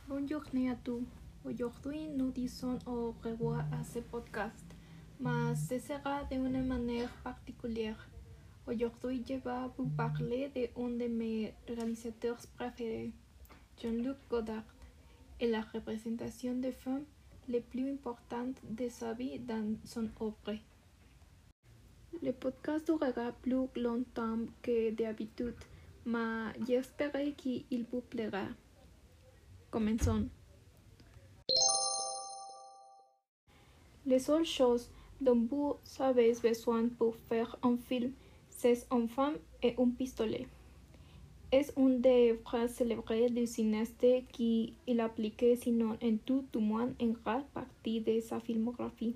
Bonjour à tous. Aujourd'hui, nous disons au revoir à ce podcast, mais ce sera d'une manière particulière. Aujourd'hui, je vais vous parler d'un de mes réalisateurs préférés, Jean-Luc Godard, et la représentation des femmes les plus importantes de sa vie dans son œuvre. Le podcast durera plus longtemps que d'habitude, mais j'espère qu'il vous plaira. Commençons. Les seules choses dont vous avez besoin pour faire un film, c'est une femme et un pistolet. Es une des phrases célèbres du cinéaste qui il appliquait sinon en tout du moins en grande partie de sa filmographie.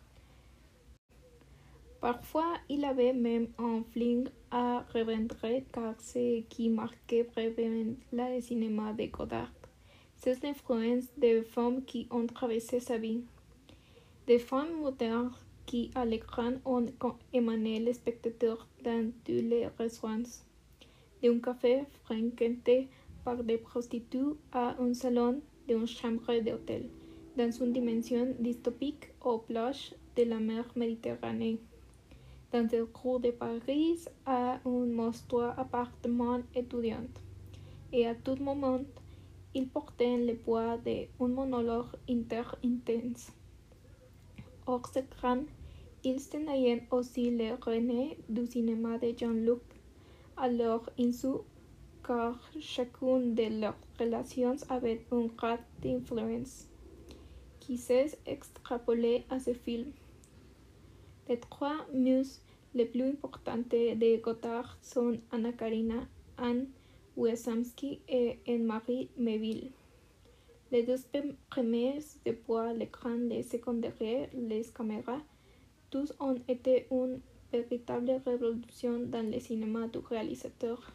Parfois, il avait même un fling à revendre car ce qui marquait vraiment le cinéma de Godard, c'est l'influence des femmes qui ont traversé sa vie. Des femmes modernes qui, à l'écran, ont émané le spectateur dans tous les restaurants, d'un café fréquenté par des prostituées à un salon d'une chambre d'hôtel, dans une dimension dystopique aux plages de la mer Méditerranée, dans le cours de Paris à un monstrueux appartement étudiant, et à tout moment, il portait le poids d'un monologue intense. Hors écran, ils tenaient aussi le renommé du cinéma de Jean-Luc alors insu car chacune de leurs relations avait une grande influence qui s'est extrapolée à ce film. Les trois muses les plus importantes de Godard sont Anna Karina, Anne Wiesamski et Anne-Marie Melville. Les deux premiers déploient l'écran, les secondaires, les caméras. Tous ont été une véritable révolution dans le cinéma du réalisateur.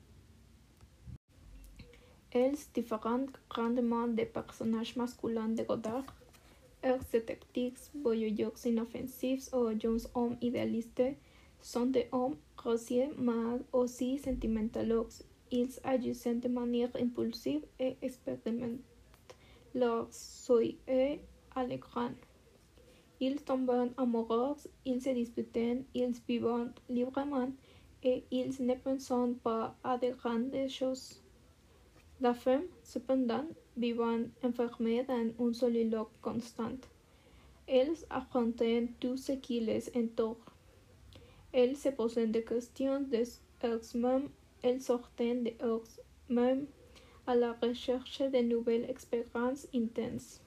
Elles diffèrent grandement des personnages masculins de Godard. Leurs détectives, voyeurs inoffensifs ou jeunes hommes idéalistes sont des hommes grossiers mais aussi sentimentaux. Ils agissent de manière impulsive et expérimentent leur souhait à l'écran. Ils tombent amoureux, ils se disputent, ils vivent librement et ils ne pensent pas à de grandes choses. La femme, cependant, vivant enfermée dans un soliloque constant. Elles affrontent tout ce qui les entoure. Elles se posent des questions d'elles-mêmes, elles sortent d'elles-mêmes à la recherche de nouvelles expériences intenses.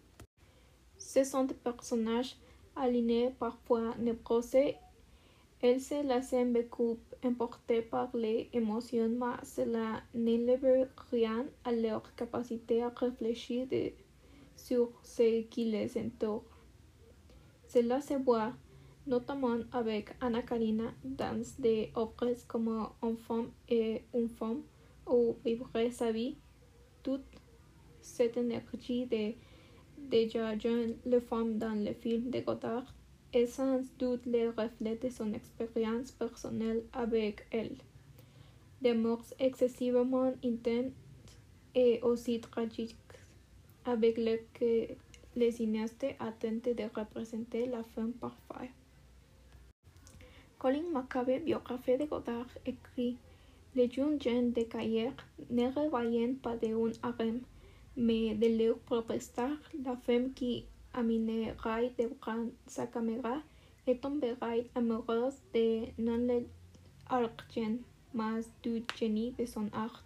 Ce sont des personnages alignés, parfois névrosés. Elles se laissent beaucoup emporter par les émotions, mais cela n'enlève rien à leur capacité à réfléchir sur ce qui les entoure. Cela se voit notamment avec Anna Karina dans des œuvres comme Un femme et une femme ou Vivre sa vie. Toute cette énergie de déjà jeune le femme dans le film de Godard est sans doute le reflet de son expérience personnelle avec elle. D'amours excessivement intenses et aussi tragiques, avec lesquels le cinéaste a tenté de représenter la femme parfaite. Colin McCabe, biographe de Godard, écrit: Les jeunes gens de Cahiers ne rêvaient pas d'un harem, mais de leur propre star, la femme qui aminerait devant sa caméra et tomberait amoureuse de non de l'argent, mais du génie de son art.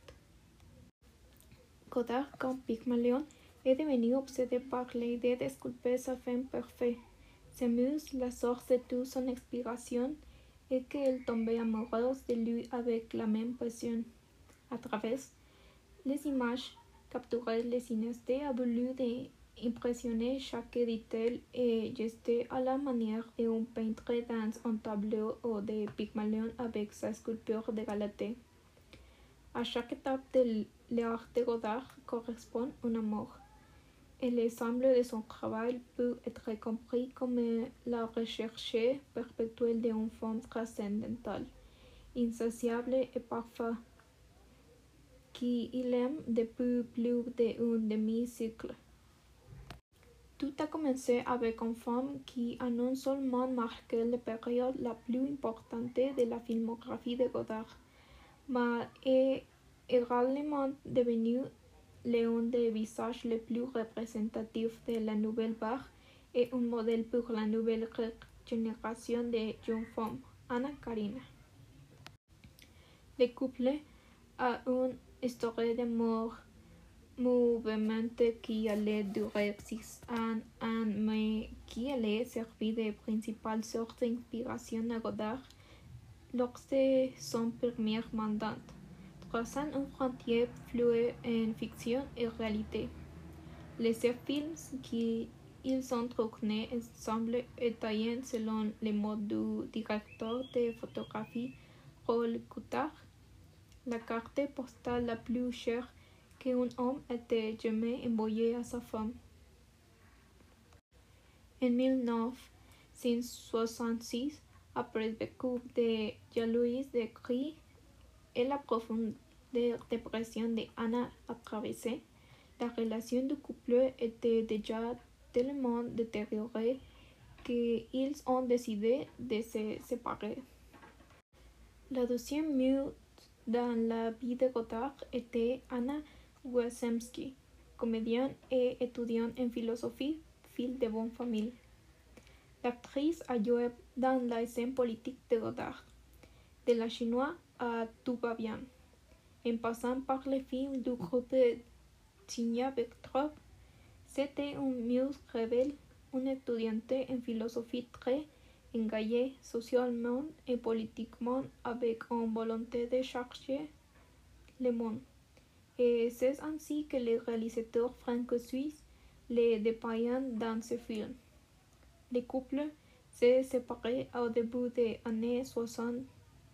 Godard, comme Pygmalion, est devenu obsédé par l'idée de sculpter sa femme parfaite. Sa muse, la source de toute son inspiration, et qu'elle tombait amoureuse de lui avec la même passion. À travers les images capturées, le cinéaste a voulu impressionner chaque détail et geste à la manière d'un peintre dans un tableau ou de Pygmalion avec sa sculpture de Galatée. À chaque étape de l'art de Godard correspond un amour, et l'ensemble de son travail peut être compris comme la recherche perpétuelle d'une femme transcendantale, insatiable et parfaite. qu'il aime depuis plus d'un demi-siècle. Tout a commencé avec une femme qui a non seulement marqué la période la plus importante de la filmographie de Godard, mais est également devenue l'un des visages les plus représentatifs de la nouvelle vague et un modèle pour la nouvelle génération de jeunes femmes, Anna Karina. Le couple a une histoire d'amour mouvementée qui allait durer 6 ans, mais qui allait servir de principale source d'inspiration à Godard lors de son premier mandat, traçant une frontière floue en fiction et réalité. Les 7 films qu'ils ont tournés ensemble étaient selon le mode du directeur de photographie Paul Coutard, la carte postale la plus chère qu'un homme ait jamais envoyée à sa femme. En 1966, après beaucoup de jalousie, de cris et la profonde dépression d'Anna a traversé, la relation du couple était déjà tellement détériorée qu'ils ont décidé de se séparer. La deuxième muse dans la vie de Godard était Anna Wiesemski, comédienne et étudiante en philosophie, fille de bonne famille. L'actrice a joué dans la scène politique de Godard, de La Chinoise à Tout va bien, en passant par les films du groupe de Tsinia Vektrov. C'était une muse rebelle, une étudiante en philosophie très engagée socialement et politiquement avec une volonté de changer le monde. Et c'est ainsi que le réalisateur franco-suisse le dépeint dans ce film. Le couple s'est séparé au début des années 70.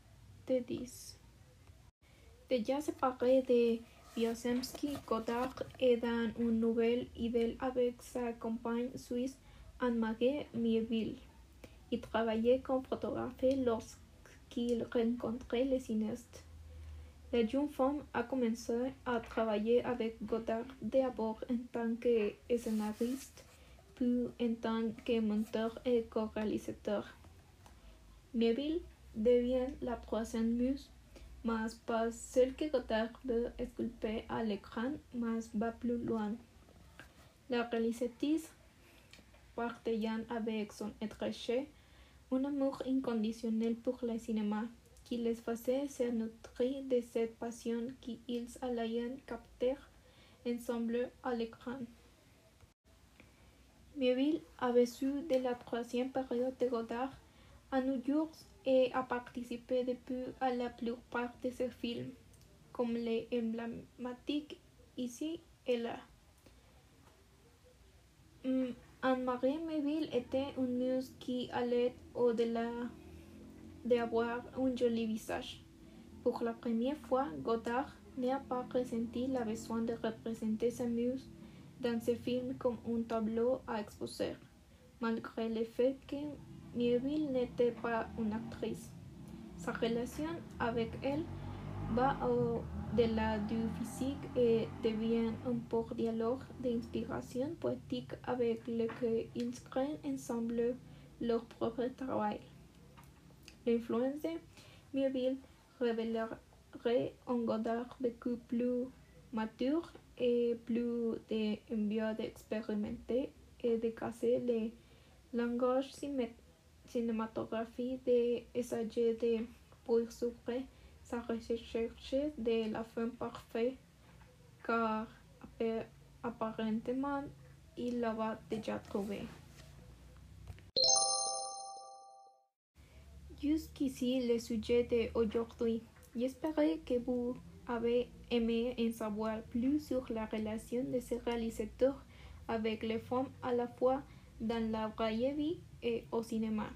Déjà séparé de Wiesemski, Godard est dans une nouvelle idylle avec sa compagne suisse Anne-Marie Miéville. Il travaillait comme photographe lorsqu'il rencontrait les cinéastes. La jeune femme a commencé à travailler avec Godard d'abord en tant que scénariste, puis en tant que monteur et co-réalisateur. Miéville devient la troisième muse, mais pas celle que Godard veut sculpter à l'écran, mais va plus loin. La réalisatrice partageant avec son étranger un amour inconditionnel pour le cinéma, qui les faisait se nourrir de cette passion qu'ils allaient capter ensemble à l'écran. Miéville a vécu de la troisième période de Godard à New York et a participé depuis à la plupart de ses films, comme les emblématiques Ici et là. Anne-Marie Miéville était une muse qui allait au-delà d'avoir un joli visage. Pour la première fois, Godard n'a pas ressenti le besoin de représenter sa muse dans ce film comme un tableau à exposer, malgré le fait que Miéville n'était pas une actrice. Sa relation avec elle va au-delà du physique et devient un pur dialogue d'inspiration poétique avec lequel ils créent ensemble leur propre travail. L'influence de Miéville révélerait un Godard beaucoup plus mature et plus d'envie d'expérimenter et de casser le langage cinématographique d'essayer de poursuivre sa recherche de la femme parfaite, car apparemment il l'avait déjà trouvée. Jusqu'ici le sujet d'aujourd'hui. J'espère que vous avez aimé en savoir plus sur la relation de ce réalisateur avec les femmes à la fois dans la vraie vie et au cinéma.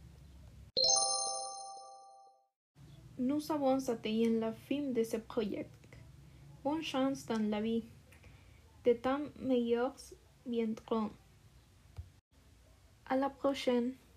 Nous avons atteint la fin de ce projet. Bonne chance dans la vie. De temps meilleurs viendront. À la prochaine.